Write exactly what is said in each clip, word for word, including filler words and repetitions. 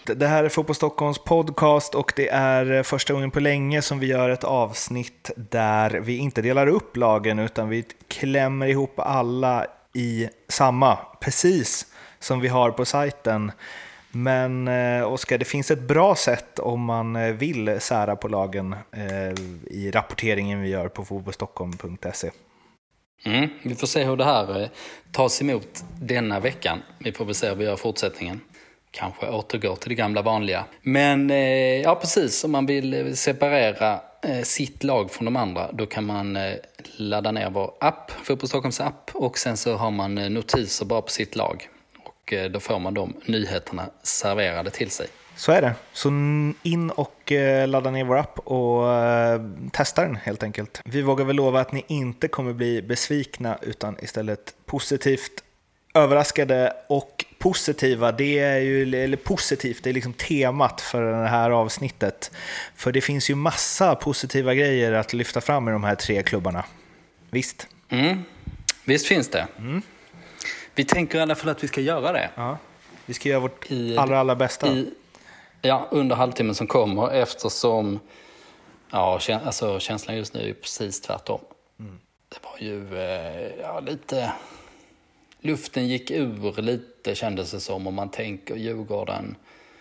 Det här är Fotboll Stockholms podcast och det är första gången på länge som vi gör ett avsnitt där vi inte delar upp lagen utan vi klämmer ihop alla i samma, precis som vi har på sajten. Men Oskar, det finns ett bra sätt om man vill sära på lagen i rapporteringen vi gör på fotbollstockholm punkt se. Mm, vi får se hur det här tas emot denna veckan. Vi får väl se hur vi gör fortsättningen. Kanske återgå till det gamla vanliga. Men eh, ja, precis. Om man vill separera eh, sitt lag från de andra, då kan man eh, ladda ner vår app, Fotboll Stockholms app. Och sen så har man eh, notiser bara på sitt lag. Och eh, då får man de nyheterna serverade till sig. Så är det. Så in och eh, ladda ner vår app och eh, testa den helt enkelt. Vi vågar väl lova att ni inte kommer bli besvikna utan istället positivt överraskade. Och positiva, det är ju, eller positivt, det är liksom temat för det här avsnittet. För det finns ju massa positiva grejer att lyfta fram i de här tre klubbarna. Visst? Mm. Visst finns det. Mm. Vi tänker i alla fall att vi ska göra det. Ja. Vi ska göra vårt I, allra, allra bästa. I, ja, under halvtimmen som kommer, eftersom ja, käns- alltså, känslan just nu är precis tvärtom. Mm. Det var ju eh, ja, lite... Luften gick ur lite, kändes det som, om man tänker Djurgården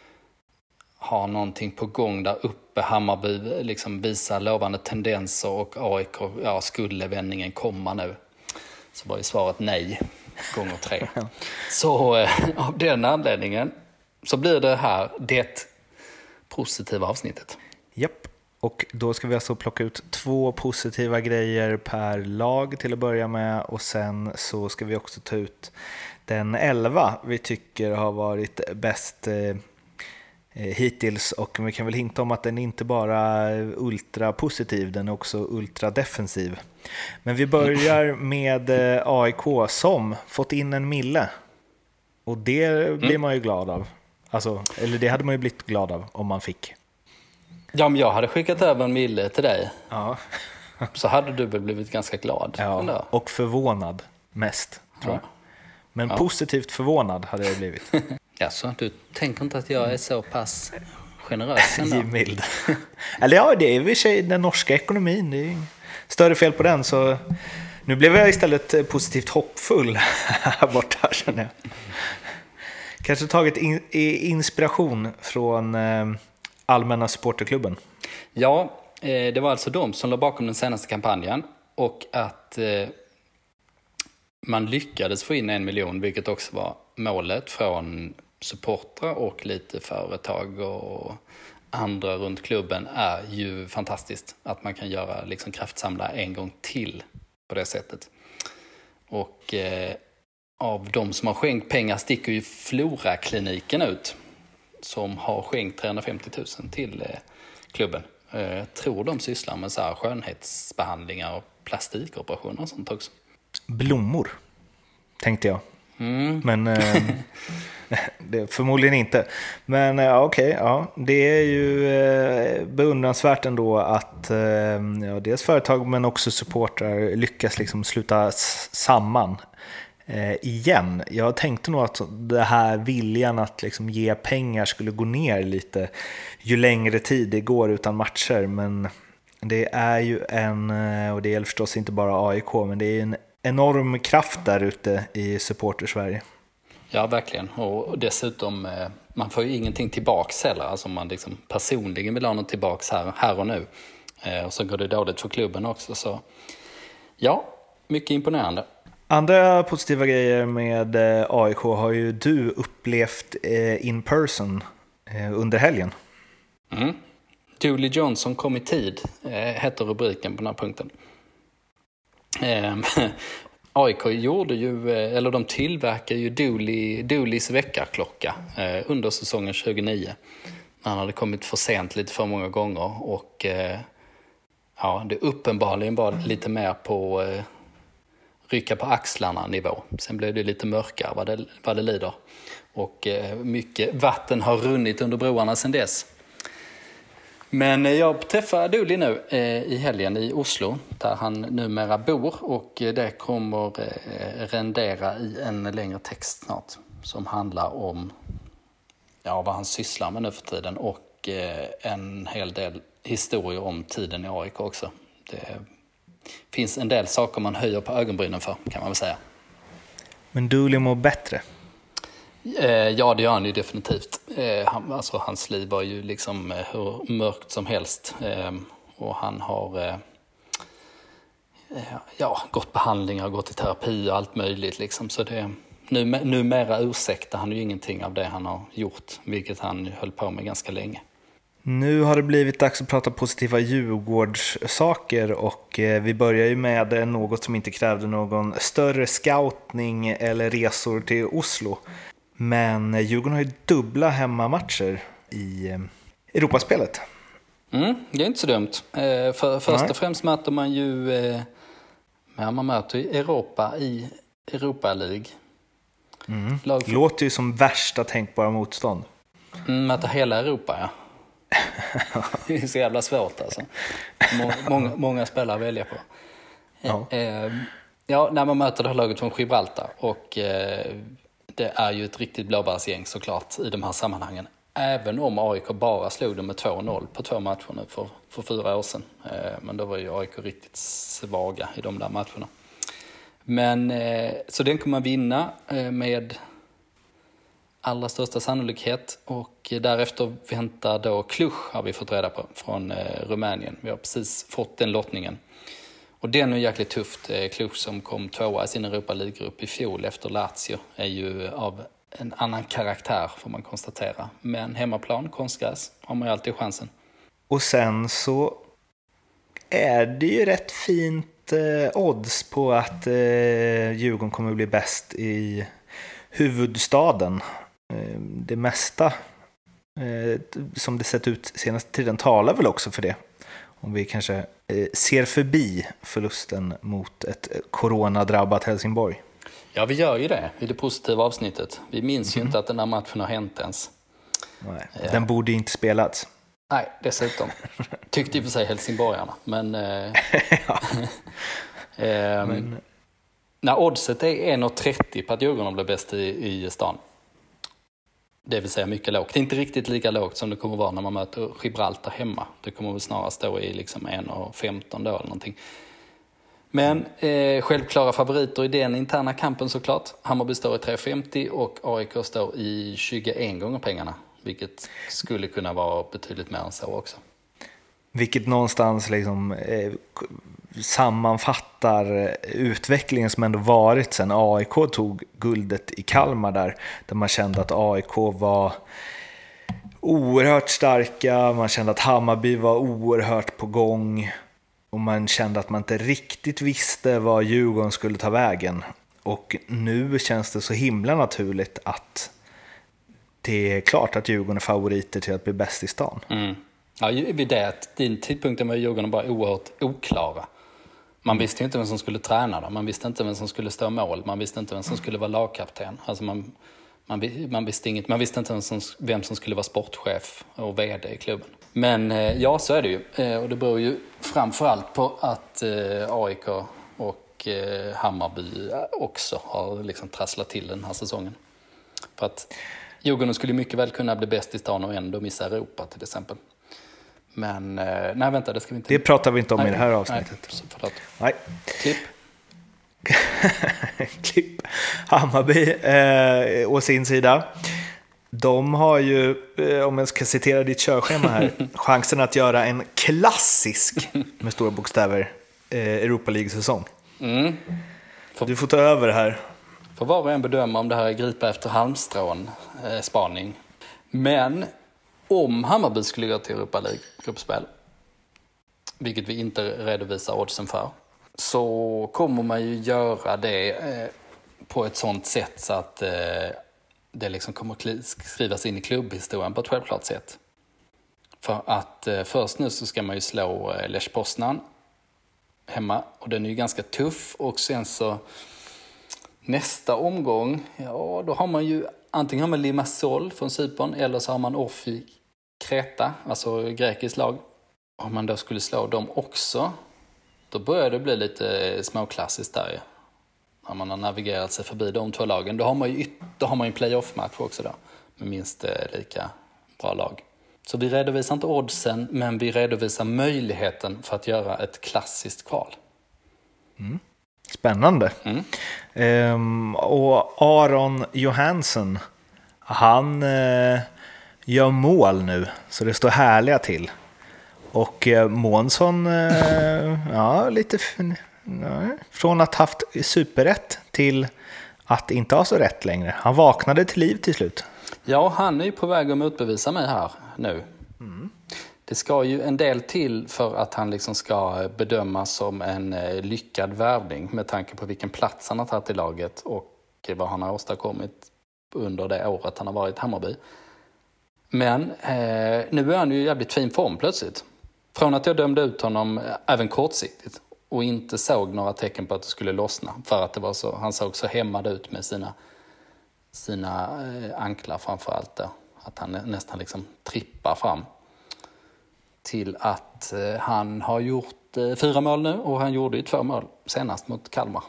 har någonting på gång där uppe. Hammarby liksom visar lovande tendenser och A I K, ja, skulle vändningen komma nu? Så var ju svaret nej, gånger tre. Så eh, av den anledningen så blir det här det positiva avsnittet. Japp. Och då ska vi alltså plocka ut två positiva grejer per lag till att börja med. Och sen så ska vi också ta ut den elva vi tycker har varit bäst eh, hittills. Och vi kan väl hinta om att den inte bara är ultra positiv, den är också ultra defensiv. Men vi börjar med eh, A I K som fått in en mille. Och det blir man ju glad av. Alltså, eller det hade man ju blivit glad av om man fick. Ja, men jag hade skickat över en mille till dig. Ja. Så hade du väl blivit ganska glad. Ja, och förvånad mest, tror jag. Men ja. Positivt förvånad hade jag blivit. Ja, så du tänker inte att jag är så pass generös ändå? Mild. Eller ja, det är väl sig den norska ekonomin. Det är större fel på den, så nu blev jag istället positivt hoppfull här borta, känner jag. Kanske tagit in, inspiration från... Eh, Allmänna supporterklubben. Ja, det var alltså de som låg bakom den senaste kampanjen och att eh, man lyckades få in en miljon, vilket också var målet från supportrar och lite företag och andra runt klubben, är ju fantastiskt att man kan göra liksom kraftsamla en gång till på det sättet. Och eh, av de som har skänkt pengar sticker ju Flora-kliniken ut, som har skänkt trehundrafemtio tusen till eh, klubben. Jag eh, tror de sysslar med så här skönhetsbehandlingar och plastikoperationer och sånt också. Blommor, tänkte jag. Mm. Men eh, det, förmodligen inte. Men eh, okej, okay, ja. Det är ju eh, beundransvärt ändå att eh, ja, dels företag men också supportrar lyckas liksom sluta s- samman. Eh, igen. Jag tänkte nog att det här viljan att liksom ge pengar skulle gå ner lite ju längre tid det går utan matcher, men det är ju en, och det gäller förstås inte bara A I K, men det är en enorm kraft där ute i supporter-Sverige. Ja, verkligen. Och dessutom, man får ju ingenting tillbaks heller, alltså man liksom personligen vill ha något tillbaks här, här och nu. Och så går det dåligt för klubben också, så ja, mycket imponerande. Andra positiva grejer med A I K har ju du upplevt in person under helgen. Mm. Dooley Johnson kom i tid, heter rubriken på den här punkten. A I K gjorde ju, eller de tillverkar ju Dooley, Dooleys väckarklocka under säsongen tjugonio. Han hade kommit för sent lite för många gånger och ja, det uppenbarligen var lite mer på rycka på axlarna nivå. Sen blev det lite mörkare vad det, vad det lider. Och mycket vatten har runnit under broarna sedan dess. Men jag träffade Dooley nu eh, i helgen i Oslo, där han numera bor, och det kommer eh, rendera i en längre text snart som handlar om ja, vad han sysslar med nu för tiden och eh, en hel del historier om tiden i A I K också. Det finns en del saker man höjer på ögonbrynen för, kan man väl säga. Men Dooley mår bättre? Eh, ja, det gör han ju definitivt. Eh, han, alltså, hans liv var ju liksom eh, hur mörkt som helst. Eh, och han har eh, ja, gått behandlingar, gått i terapi och allt möjligt. Liksom. Så det, nu, numera ursäktar han ju ingenting av det han har gjort, vilket han höll på med ganska länge. Nu har det blivit dags att prata positiva Djurgårdssaker och vi börjar ju med något som inte krävde någon större scoutning eller resor till Oslo. Men Djurgården har ju dubbla hemmamatcher i Europaspelet. Mm, det är inte så dumt. Eh, för, först och främst möter man ju eh, man möter ju Europa i Europa League. Mm. Lag... Låter ju som värsta tänkbara motstånd. Mm, möter hela Europa, ja. Det är så jävla svårt alltså. Må, många, många spelare att välja på. Ja, eh, ja när man möter det här laget från Gibraltar och eh, det är ju ett riktigt blåbärsgäng såklart i de här sammanhangen. Även om A I K bara slog dem med två noll på två matcher nu för, för fyra år sedan. Eh, men då var ju A I K riktigt svaga i de där matcherna. Men eh, så den kommer man vinna eh, med allra största sannolikhet och därefter väntar då Cluj, har vi fått reda på, från eh, Rumänien. Vi har precis fått den lottningen. Och den är jäkligt tufft. Eh, Cluj som kom tvåa i sin Europa League-grupp i fjol efter Lazio är ju av en annan karaktär får man konstatera. Men hemmaplan, konstgräs, har man ju alltid chansen. Och sen så är det ju rätt fint eh, odds på att eh, Djurgården kommer att bli bäst i huvudstaden. Det mesta eh, som det sett ut senaste tiden talar väl också för det. Om vi kanske eh, ser förbi förlusten mot ett coronadrabbat Helsingborg. Ja, vi gör ju det i det positiva avsnittet. Vi minns mm. ju inte att den här matchen har hänt ens. Nej, eh. Den borde inte spelats. Nej, dessutom. Tyckte i och för sig helsingborgarna. Men, eh, eh, men... när oddset är en trettio på att Djurgården blir bäst i, i stan. Det vill säga mycket lågt. Det är inte riktigt lika lågt som det kommer vara när man möter Gibraltar hemma. Det kommer väl snarare stå i liksom en femton då eller någonting. Men eh, självklara favoriter i den interna kampen såklart. Hammarby står i tre femtio och A I K står i tjugoen gånger pengarna. Vilket skulle kunna vara betydligt mer än så också. Vilket någonstans liksom eh, sammanfattar utvecklingen som ändå varit sedan A I K tog guldet i Kalmar där. Där man kände att A I K var oerhört starka. Man kände att Hammarby var oerhört på gång. Och man kände att man inte riktigt visste vad Djurgården skulle ta vägen. Och nu känns det så himla naturligt att det är klart att Djurgården är favoriter till att bli bäst i stan. Mm. Ja, vid det, din tidpunkten var Djurgården bara oerhört oklara. Man visste inte vem som skulle träna dem. Man visste inte vem som skulle stå mål. Man visste inte vem som skulle vara lagkapten. Alltså man, man, man, visste inget, man visste inte vem som, vem som skulle vara sportchef och vd i klubben. Men ja, så är det ju. Och det beror ju framförallt på att A I K och Hammarby också har liksom trasslat till den här säsongen. För att Djurgården skulle mycket väl kunna bli bäst i stan och ändå missa Europa till exempel. Men nej, vänta, det ska vi inte... Det pratar vi inte om nej, i det här avsnittet. Nej, nej. Klipp. Klipp. Hammarby eh, å sin sida. De har ju, eh, om jag ska citera ditt körschema här, chansen att göra en klassisk, med stora bokstäver, eh, Europa League-säsong. Mm. För, du får ta över här. För var och en bedöma om det här är gripa efter halmstrån eh, spaning. Men om Hammarby skulle gå till Europa League-gruppspel, vilket vi inte redovisar oddsen för, så kommer man ju göra det eh, på ett sånt sätt så att eh, det liksom kommer skrivas in i klubbhistorien på ett självklart sätt. För att eh, först nu så ska man ju slå eh, Lech Poznan hemma och den är ju ganska tuff och sen så nästa omgång, ja då har man ju antingen har man Limassol från Cypern eller så har man Orfi Kreta, alltså grekiskt lag. Om man då skulle slå dem också, då börjar det bli lite småklassiskt där. När man har navigerat sig förbi de två lagen. Då har man ju, då har man ju en playoff-match också då. minst lika bra lag. Så vi redovisar inte oddsen, men vi redovisar möjligheten för att göra ett klassiskt kval. Mm. Spännande. Mm. Ehm, och Aron Johansson, han eh, gör mål nu, så det står härliga till. Och eh, Månsson, eh, ja, lite nej, från att haft superrätt till att inte ha så rätt längre. Han vaknade till liv till slut. Ja, han är ju på väg att motbevisa mig här nu. Mm. Det ska ju en del till för att han liksom ska bedömas som en lyckad värvning med tanke på vilken plats han har tagit i laget och vad han har åstadkommit under det året han har varit i Hammarby. Men eh, nu är han ju i jävligt fin form plötsligt. Från att jag dömde ut honom även kortsiktigt och inte såg några tecken på att det skulle lossna. För att det var så, han såg så hämmad ut med sina, sina eh, anklar framförallt där. Att han nästan liksom trippar fram. Till att eh, han har gjort eh, fyra mål nu och han gjorde ju två mål senast mot Kalmar.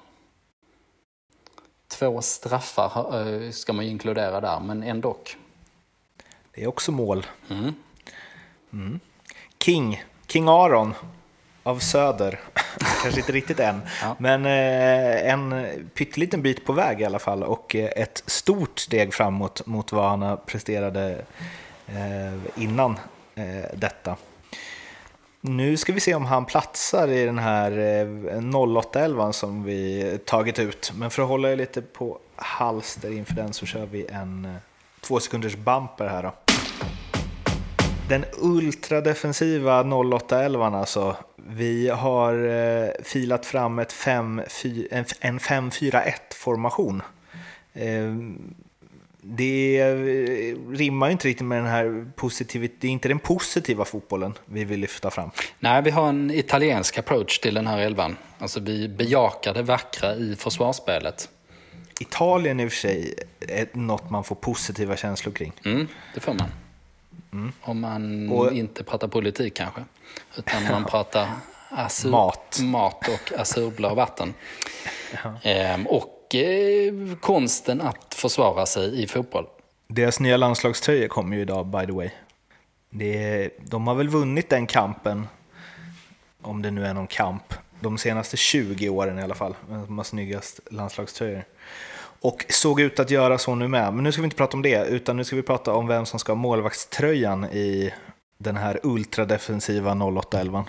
Två straffar eh, ska man ju inkludera där, men ändå. Det är också mål. Mm. Mm. King, King Aron av Söder. Kanske inte riktigt än, ja. Men eh, en pytteliten bit på väg i alla fall och eh, ett stort steg framåt mot vad han presterade eh, innan eh, detta. Nu ska vi se om han platsar i den här eh, noll åtta elvan som vi tagit ut. Men för att hålla er lite på halster inför den så kör vi en eh, två sekunders bumper här då. Den ultradefensiva noll åtta elvan alltså. Vi har eh, filat fram ett fem, fy, en, en fem fyra ett formation. Eh, det rimmar ju inte riktigt med den här positiviteten. Det är inte den positiva fotbollen vi vill lyfta fram. Nej, vi har en italiensk approach till den här elvan. Alltså vi bejakar det vackra i försvarsspelet. Italien i och för sig är något man får positiva känslor kring. Mm, det får man. Mm. Om man och, inte pratar politik kanske. Utan man pratar azur, mat. mat och azurblå vatten. Ehm, och eh, konsten att försvara sig i fotboll. Deras nya landslagströjor kommer ju idag, by the way. Det, de har väl vunnit den kampen, om det nu är någon kamp, de senaste tjugo åren i alla fall. De har snyggast landslagströjor. Och såg ut att göra så nu med. Men nu ska vi inte prata om det, utan nu ska vi prata om vem som ska ha målvaktströjan i den här ultradefensiva noll åtta elvan.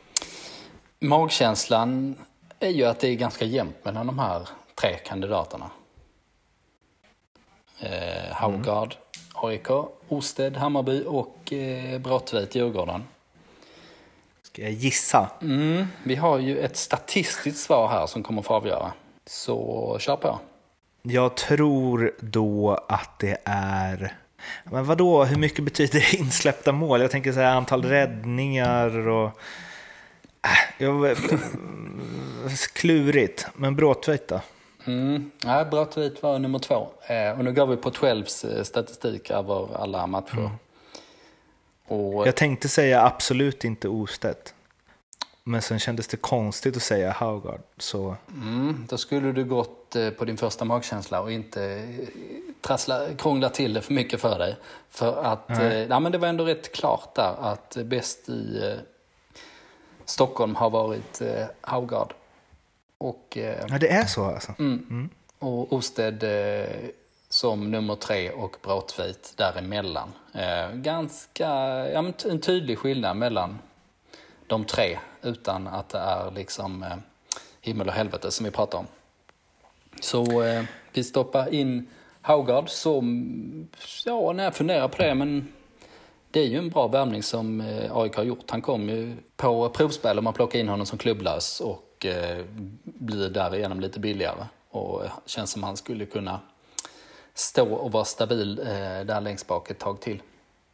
Magkänslan är ju att det är ganska jämnt mellan de här tre kandidaterna. Eh, Haugard, A I K, Osted, Hammarby och eh, Bråtveit, Djurgården. Ska jag gissa? Mm, vi har ju ett statistiskt svar här som kommer få avgöra. Så kör på. Jag tror då att det är... Men vadå, hur mycket betyder insläppta mål? Jag tänker så här antal räddningar och... Äh, jag... Klurigt, men Bråtveit då? Mm. Ja, Bråtveit var nummer två. Eh, och nu går vi på tolvs statistik över alla matcher. Mm. Och... Jag tänkte säga absolut inte Ostedt. Men sen kändes det konstigt att säga Haugard. Så... Mm, då skulle du gått eh, på din första magkänsla och inte eh, trassla, krångla till det för mycket för dig. För att eh, ja, men det var ändå rätt klart där att bäst i eh, Stockholm har varit eh, Haugard. Och, eh, ja, det är så alltså. Mm, mm. Och Osted eh, som nummer tre och Bråtveit däremellan. Eh, ganska ja, men en tydlig skillnad mellan de tre utan att det är liksom eh, himmel och helvete som vi pratar om. Så eh, vi stoppar in Haugard som, ja, när jag funderar på det, men det är ju en bra värvning som eh, A I K har gjort. Han kom ju på provspel och man plockar in honom som klubblös och eh, blir därigenom lite billigare. Och eh, känns som han skulle kunna stå och vara stabil eh, där längst bak ett tag till.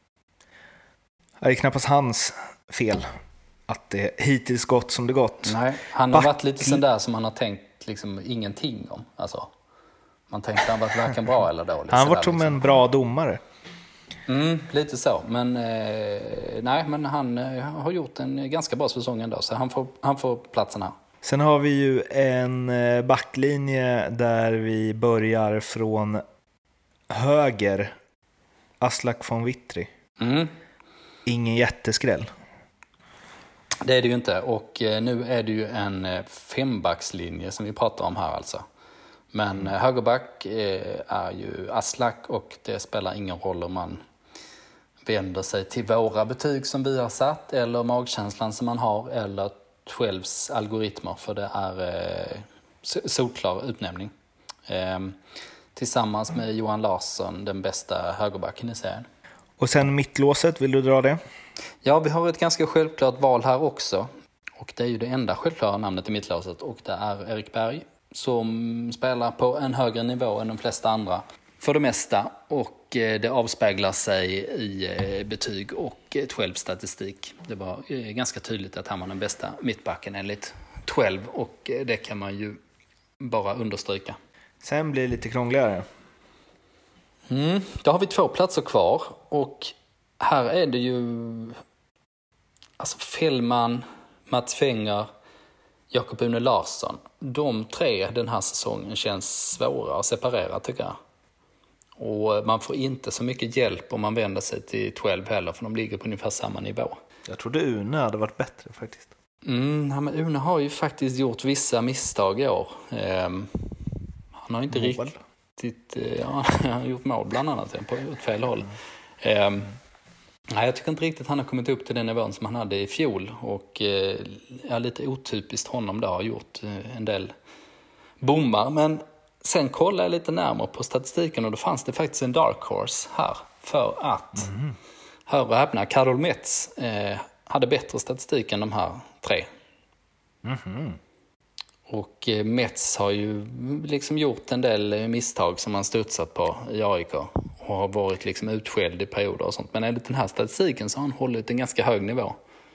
Det är knappast hans fel att det hittills gått som det gått. Nej, han har Back... varit lite sån där som han har tänkt liksom ingenting om. Alltså, man tänkte han varit varken bra eller dålig. Han har varit som liksom en bra domare. Mm, lite så. Men, eh, nej, men han eh, har gjort en ganska bra säsong ändå. Så han får, han får platsen här. Sen har vi ju en backlinje där vi börjar från höger Aslak von Witry. Mm. Ingen jätteskräll. Det är det ju inte. Och nu är det ju en fembackslinje som vi pratar om här alltså. Men högerback är ju Aslak och det spelar ingen roll om man vänder sig till våra betyg som vi har satt eller magkänslan som man har eller självs algoritmer, för det är solklar utnämning. Tillsammans med Johan Larsson, den bästa högerbacken i serien. Och sen mittlåset, vill du dra det? Ja, vi har ett ganska självklart val här också. Och det är ju det enda självklara namnet i mittlåset. Och det är Erik Berg som spelar på en högre nivå än de flesta andra. För det mesta. Och det avspeglar sig i betyg och självstatistik. Det var ganska tydligt att han var den bästa mittbacken enligt tolv. Och det kan man ju bara understryka. Sen blir det lite krångligare. Mm, då har vi två platser kvar. Och här är det ju alltså Fällman, Mats Fenger, Jakob Une Larsson. De tre den här säsongen känns svåra att separera, tycker jag. Och man får inte så mycket hjälp om man vänder sig till tolv heller, för de ligger på ungefär samma nivå. Jag trodde Une hade varit bättre faktiskt. Mm, ja, men Une har ju faktiskt gjort vissa misstag i år. Um, han har inte mål. riktigt... Ja, han har gjort mål bland annat på ett fel håll. Mm. Um, nej, jag tycker inte riktigt han har kommit upp till den nivån som han hade i fjol. Och uh, är lite otypiskt honom då, har gjort uh, en del bommar. Men sen kollade jag lite närmare på statistiken och då fanns det faktiskt en dark horse här. För att, mm. hör och häpna, Karol Metz eh, hade bättre statistik än de här tre. Mm. Och eh, Metz har ju liksom gjort en del misstag som han studsat på i A I K. Och har varit liksom utskälld i perioder och sånt. Men enligt den här statistiken så har han hållit en ganska hög nivå.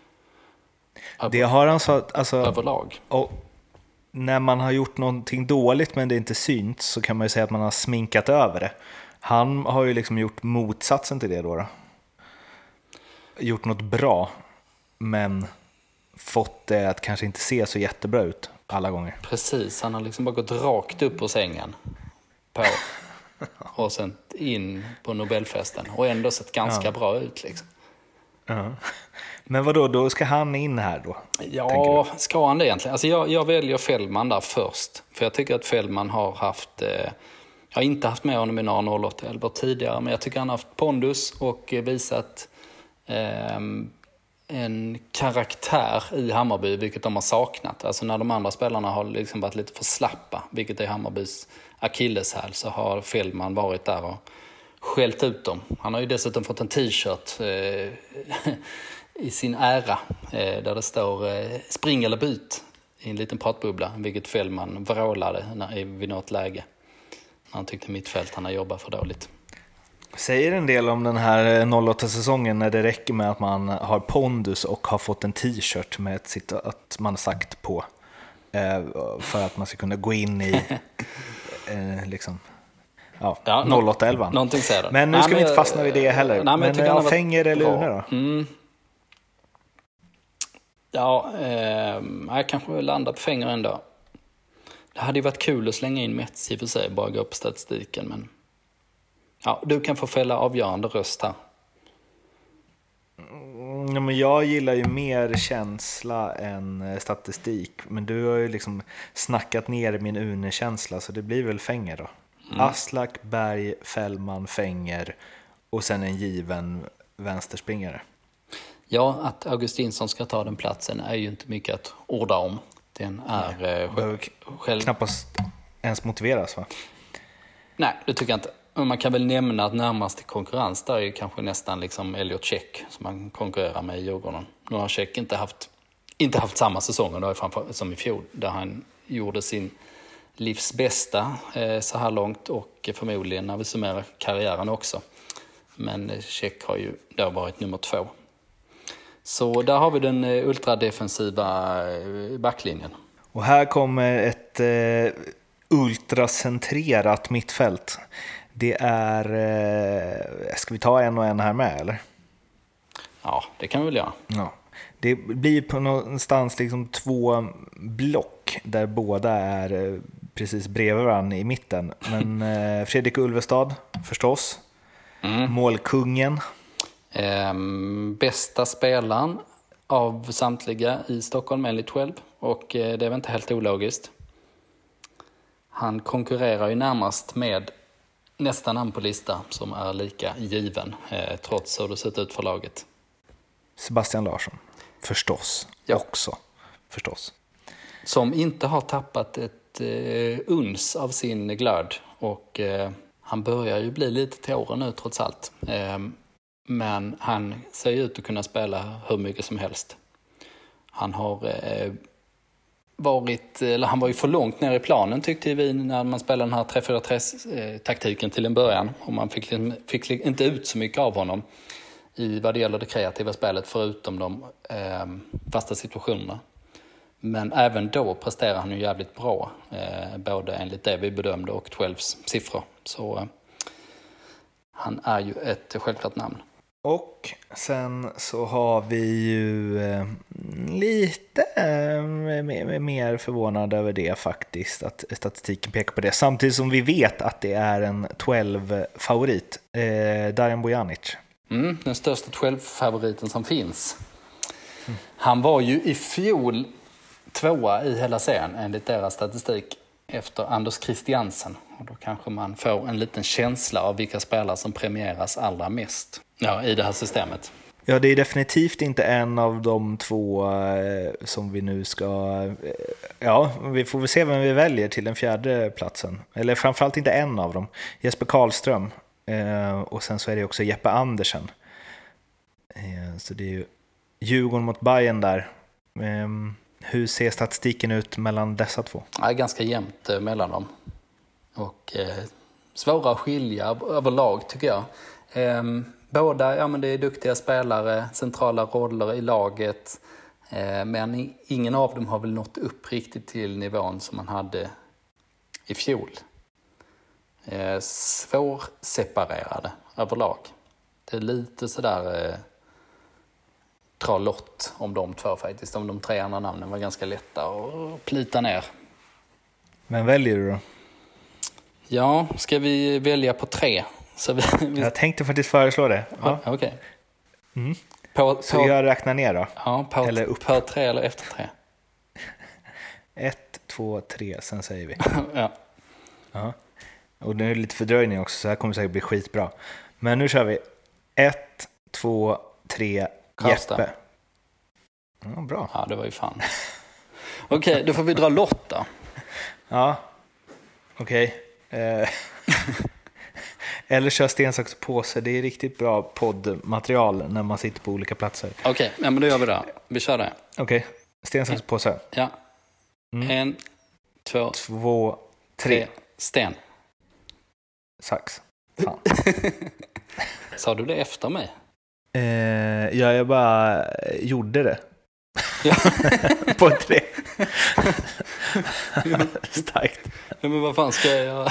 Det har han så alltså, överlag. Och när man har gjort någonting dåligt men det inte syns, så kan man ju säga att man har sminkat över det. Han har ju liksom gjort motsatsen till det då. då. Gjort något bra, men fått det att kanske inte se så jättebra ut alla gånger. Precis, han har liksom bara gått rakt upp på sängen på och sen in på Nobelfesten och ändå sett ganska ja. bra ut liksom. Uh-huh. Men vad då, då ska han in här då? Ja, ska han det egentligen? Alltså jag, jag väljer Fällman där först. För jag tycker att Fällman har haft... Eh, jag har inte haft med honom i några noll åtta elva tidigare, men jag tycker han har haft pondus och visat eh, en karaktär i Hammarby, vilket de har saknat. Alltså när de andra spelarna har liksom varit lite för slappa, vilket är Hammarbys akilleshäl, så har Fällman varit där och skällt ut dem. Han har ju dessutom fått en t-shirt eh, i sin ära eh, där det står eh, spring eller byt i en liten pratbubbla, vilket Fällman vrålade när, vid något läge. Han tyckte mittfältarna jobbar för dåligt. Säger en del om den här noll åtta-säsongen när det räcker med att man har pondus och har fått en t-shirt med ett sitt, att man sagt på eh, för att man ska kunna gå in i eh, liksom ja, ja, noll åtta elva. Någonting säger det. Men nu ska nej, vi inte fastna vid det heller. Nej, men men jag ja, Fenger eller Une då? Mm. Ja, eh, jag kanske landar på Fenger ändå. Det hade ju varit kul att slänga in Metz i och för sig, bara gå upp statistiken, men ja, du kan få fälla avgörande röst här. Mm, ja, men jag gillar ju mer känsla än statistik, men du har ju liksom snackat ner min Une-känsla, så det blir väl Fenger då. Mm. Aslak, Berg, Fällman, Fenger och sen en given vänsterspringare. Ja, att Augustinsson ska ta den platsen är ju inte mycket att orda om. Den är Nej, själv... själv... knappast ens motiveras, va? Nej, det tycker jag inte. Man kan väl nämna att närmast i konkurrens där är ju kanske nästan liksom Elliot Check som man konkurrerar med i Djurgården. Nu har Check inte haft, inte haft samma säsong då framför, som i fjol, där han gjorde sin livs bästa eh, så här långt och förmodligen när vi summerar karriären också. Men Check har ju då varit nummer två. Så där har vi den ultradefensiva backlinjen. Och här kommer ett eh, ultracentrerat mittfält. Det är... Eh, ska vi ta en och en här med, eller? Ja, det kan vi väl göra. Ja. Det blir på någonstans liksom två block där båda är eh, precis bredvid varandra i mitten. Men eh, Fredrik Ulvestad, förstås. Mm. Målkungen. Ehm, bästa spelaren av samtliga i Stockholm enligt tolv. Och eh, det är väl inte helt ologiskt. Han konkurrerar ju närmast med nästa namn på lista som är lika given, eh, trots hur det sett ut för laget. Sebastian Larsson, förstås. Ja. Också, förstås. Som inte har tappat ett eh, uns av sin glöd. Och eh, han börjar ju bli lite till åren nu trots allt. Eh, men han ser ju ut att kunna spela hur mycket som helst. Han har eh, varit, eller han var ju för långt ner i planen tyckte vi när man spelade den här tre fyra tre-taktiken till en början. Och man fick, fick inte ut så mycket av honom i vad det gäller det kreativa spelet förutom de eh, fasta situationerna. Men även då presterar han ju jävligt bra, eh, både enligt det vi bedömde och tolvs siffror. Så eh, han är ju ett självklart namn. Och sen så har vi ju eh, lite eh, mer förvånad över det faktiskt, att statistiken pekar på det. Samtidigt som vi vet att det är en tolv-favorit, eh, Darjan Bojanic. Mm, den största tolv-favoriten som finns. Mm. Han var ju i fjol tvåa i hela serien enligt deras statistik efter Anders Christiansen. Och då kanske man får en liten känsla av vilka spelare som premieras allra mest, ja, i det här systemet. Ja, det är definitivt inte en av de två eh, som vi nu ska... Eh, ja, vi får väl se vem vi väljer till den fjärde platsen. Eller framförallt inte en av dem. Jesper Karlström. Eh, och sen så är det också Jeppe Andersen. Eh, så det är ju Djurgården mot Bayern där. Eh, hur ser statistiken ut mellan dessa två? Ja, ganska jämnt eh, mellan dem. Och eh, svåra att skilja överlag tycker jag. Eh, båda, ja men det är duktiga spelare, centrala roller i laget. Eh, men ingen av dem har väl nått upp riktigt till nivån som man hade i fjol. Eh, svårseparerade överlag. Det är lite sådär eh, dra lott om de två faktiskt. Om de tre andra namnen var ganska lätta att plita ner. Men väljer du då? Ja, ska vi välja på tre? Så vi, vi... Jag tänkte faktiskt föreslå det. Ja. Ja, okej. Okay. Mm. Så på... jag räknar ner då? Ja, på, eller upp. På tre eller efter tre? Ett, två, tre, sen säger vi. Ja. Ja. Och det är lite fördröjning också, så här kommer det säkert bli skitbra. Men nu kör vi. Ett, två, tre, Karlstad. Jeppe. Ja, bra. Ja, det var ju fan. Okej, okay, då får vi dra lott då. Ja, okej. Okay. Eh. Eller kör sten, sax, påse. Det är riktigt bra poddmaterial när man sitter på olika platser. Okej, okay, ja, men då gör vi det. Vi kör det. Okej, okay. Sten, sax, påse. Ja. Mm. En, två, två, tre. tre. Sten. Sax. Fan. Sa du det efter mig? Eh, ja, jag bara gjorde det. Ja. På tre. Starkt. Ja, men vad fan ska jag göra?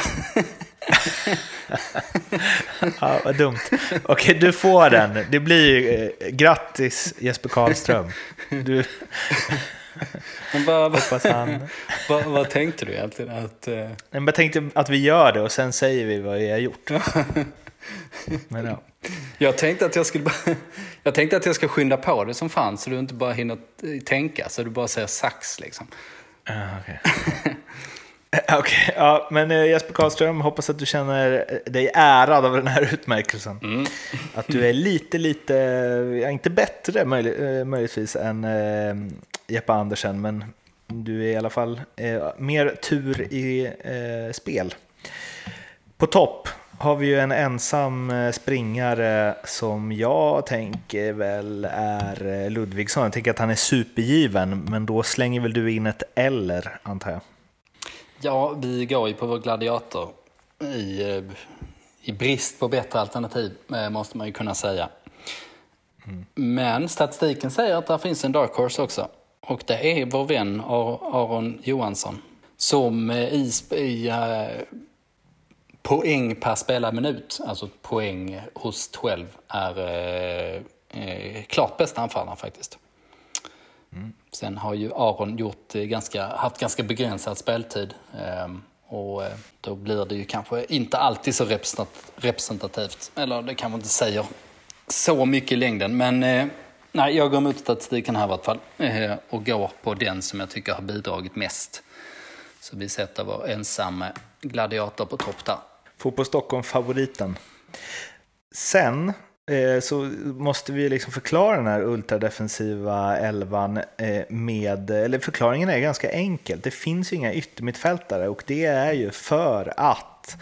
Ja, vad dumt. Okej, du får den. Det blir eh, grattis Jesper Karlström. Du... Men vad, hoppas han... vad, vad tänkte du egentligen? Att, uh... Jag tänkte att vi gör det och sen säger vi vad vi har gjort. Men ja. Jag tänkte att jag skulle bara... jag tänkte att jag ska skynda på det som fan så du inte bara hinner tänka, så du bara säger sax liksom. Uh, okej. Okay. Okej, okay, ja, men Jesper Karlström, hoppas att du känner dig ärad av den här utmärkelsen. Mm. Att du är lite, lite, ja, inte bättre möjlig, möjligtvis än eh, Jeppe Andersen, men du är i alla fall eh, mer tur i eh, spel. På topp har vi ju en ensam springare som jag tänker väl är Ludvigsson. Jag tänker att han är supergiven, men då slänger väl du in ett eller, antar jag. Ja, vi går ju på vår gladiator i, i brist på bättre alternativ, måste man ju kunna säga. Mm. Men statistiken säger att det finns en dark horse också. Och det är vår vän Aron Johansson som i, i uh, poäng per spelad minut, alltså poäng hos tolv, är uh, uh, klart bästa anfallaren faktiskt. Mm. Sen har ju Aron gjort ganska, haft ganska begränsad speltid. Um, Och då blir det ju kanske inte alltid så representativt. Eller det kan man inte säga så mycket i längden. Men eh, nej, jag går emot statistiken här i vart fall. Eh, och går på den som jag tycker har bidragit mest. Så vi sätter vår ensamma gladiator på topp där. Fotboll Stockholm-favoriten. Sen eh, så måste vi liksom förklara den här ultradefensiva elvan eh, med, eller förklaringen är ganska enkel. Det finns ju inga yttermittfältare och det är ju för att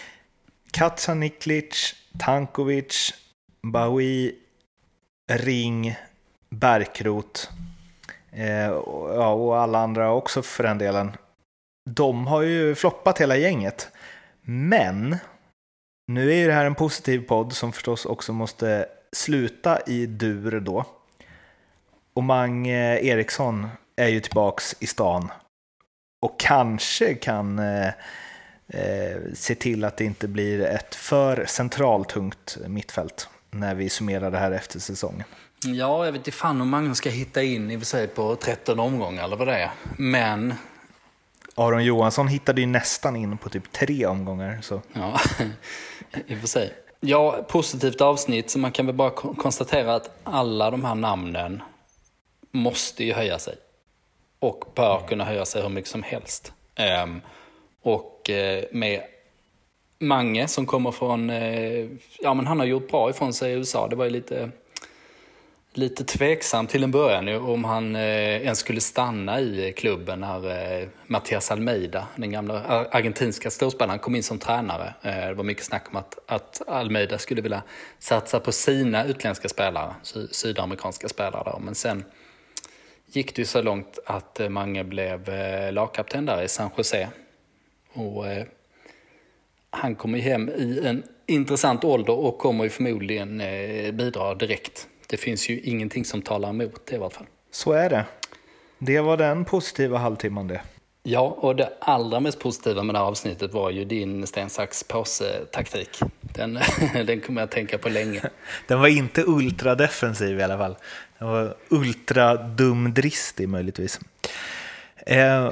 Kacaniklic, Tankovic, Baui, Ring, Bärkroth eh, och, ja, och alla andra också för den delen. De har ju floppat hela gänget. Men nu är ju det här en positiv podd som förstås också måste sluta i dur då. Och Mange Eriksson är ju tillbaks i stan. Och kanske kan eh, eh, se till att det inte blir ett för centraltungt mittfält när vi summerar det här efter säsongen. Ja, jag vet inte fan om Magnus ska hitta in i sig på tretton omgångar eller vad det är. Men Aron Johansson hittade ju nästan in på typ tre omgångar. Så. Ja, i och för sig. Ja, positivt avsnitt, så man kan väl bara konstatera att alla de här namnen måste ju höja sig. Och bör kunna höja sig hur mycket som helst. Um, och uh, med Mange som kommer från, uh, ja men han har gjort bra ifrån sig i U S A. Det var ju lite... Lite tveksam till en början om han eh, ens skulle stanna i klubben när eh, Mattias Almeida, den gamla argentinska storspelaren, kom in som tränare. Eh, det var mycket snack om att, att Almeida skulle vilja satsa på sina utländska spelare, sy- sydamerikanska spelare. Då. Men sen gick det ju så långt att eh, Mange blev eh, lagkapten där i San Jose. Och eh, han kommer hem i en intressant ålder och kommer ju förmodligen eh, bidra direkt. Det finns ju ingenting som talar emot det i alla fall. Så är det. Det var den positiva halvtimman det. Ja, och det allra mest positiva med det här avsnittet var ju din sten, sax, påse-taktik. Den, den kommer jag tänka på länge. Den var inte ultradefensiv i alla fall. Den var ultradumdristig möjligtvis. Eh,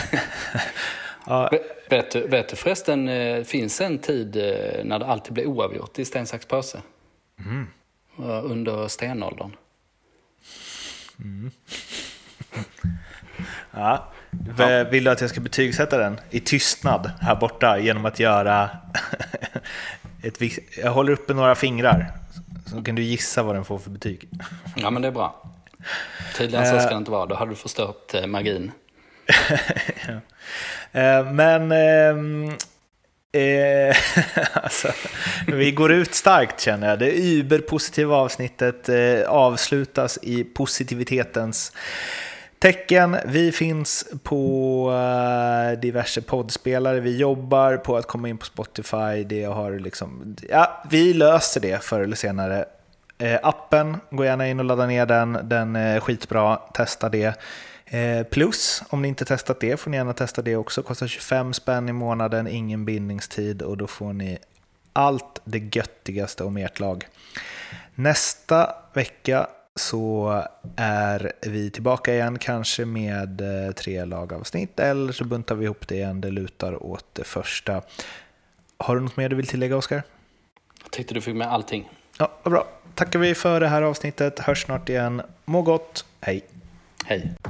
ja. vet, du, vet du förresten, finns en tid när det alltid blir oavgjort i sten, sax, påse? Mm. Under stenåldern. Mm. Ja. Ja. Vill du att jag ska betygsätta den i tystnad här borta genom att göra ett vis... Jag håller uppe några fingrar så kan du gissa vad den får för betyg. Ja, men det är bra. Tydligen så ska det inte vara. Då har du förstört magin. Ja. Men Eh, alltså, vi går ut starkt känner jag. Det überpositiva avsnittet eh, avslutas i positivitetens tecken. Vi finns på eh, diverse poddspelare. Vi jobbar på att komma in på Spotify. Det har liksom, ja, vi löser det förr eller senare. Eh, appen, gå gärna in och ladda ner den. Den är skitbra, testa det. Plus, om ni inte testat det får ni gärna testa det också. Kostar tjugofem spänn i månaden, ingen bindningstid och då får ni allt det göttigaste om ert lag. Nästa vecka så är vi tillbaka igen, kanske med tre lagavsnitt eller så buntar vi ihop det igen, det lutar åt det första. Har du något mer du vill tillägga, Oskar? Jag tyckte du fick med allting. Ja, vad bra. Tackar vi för det här avsnittet, hörs snart igen. Må gott, hej. Hej.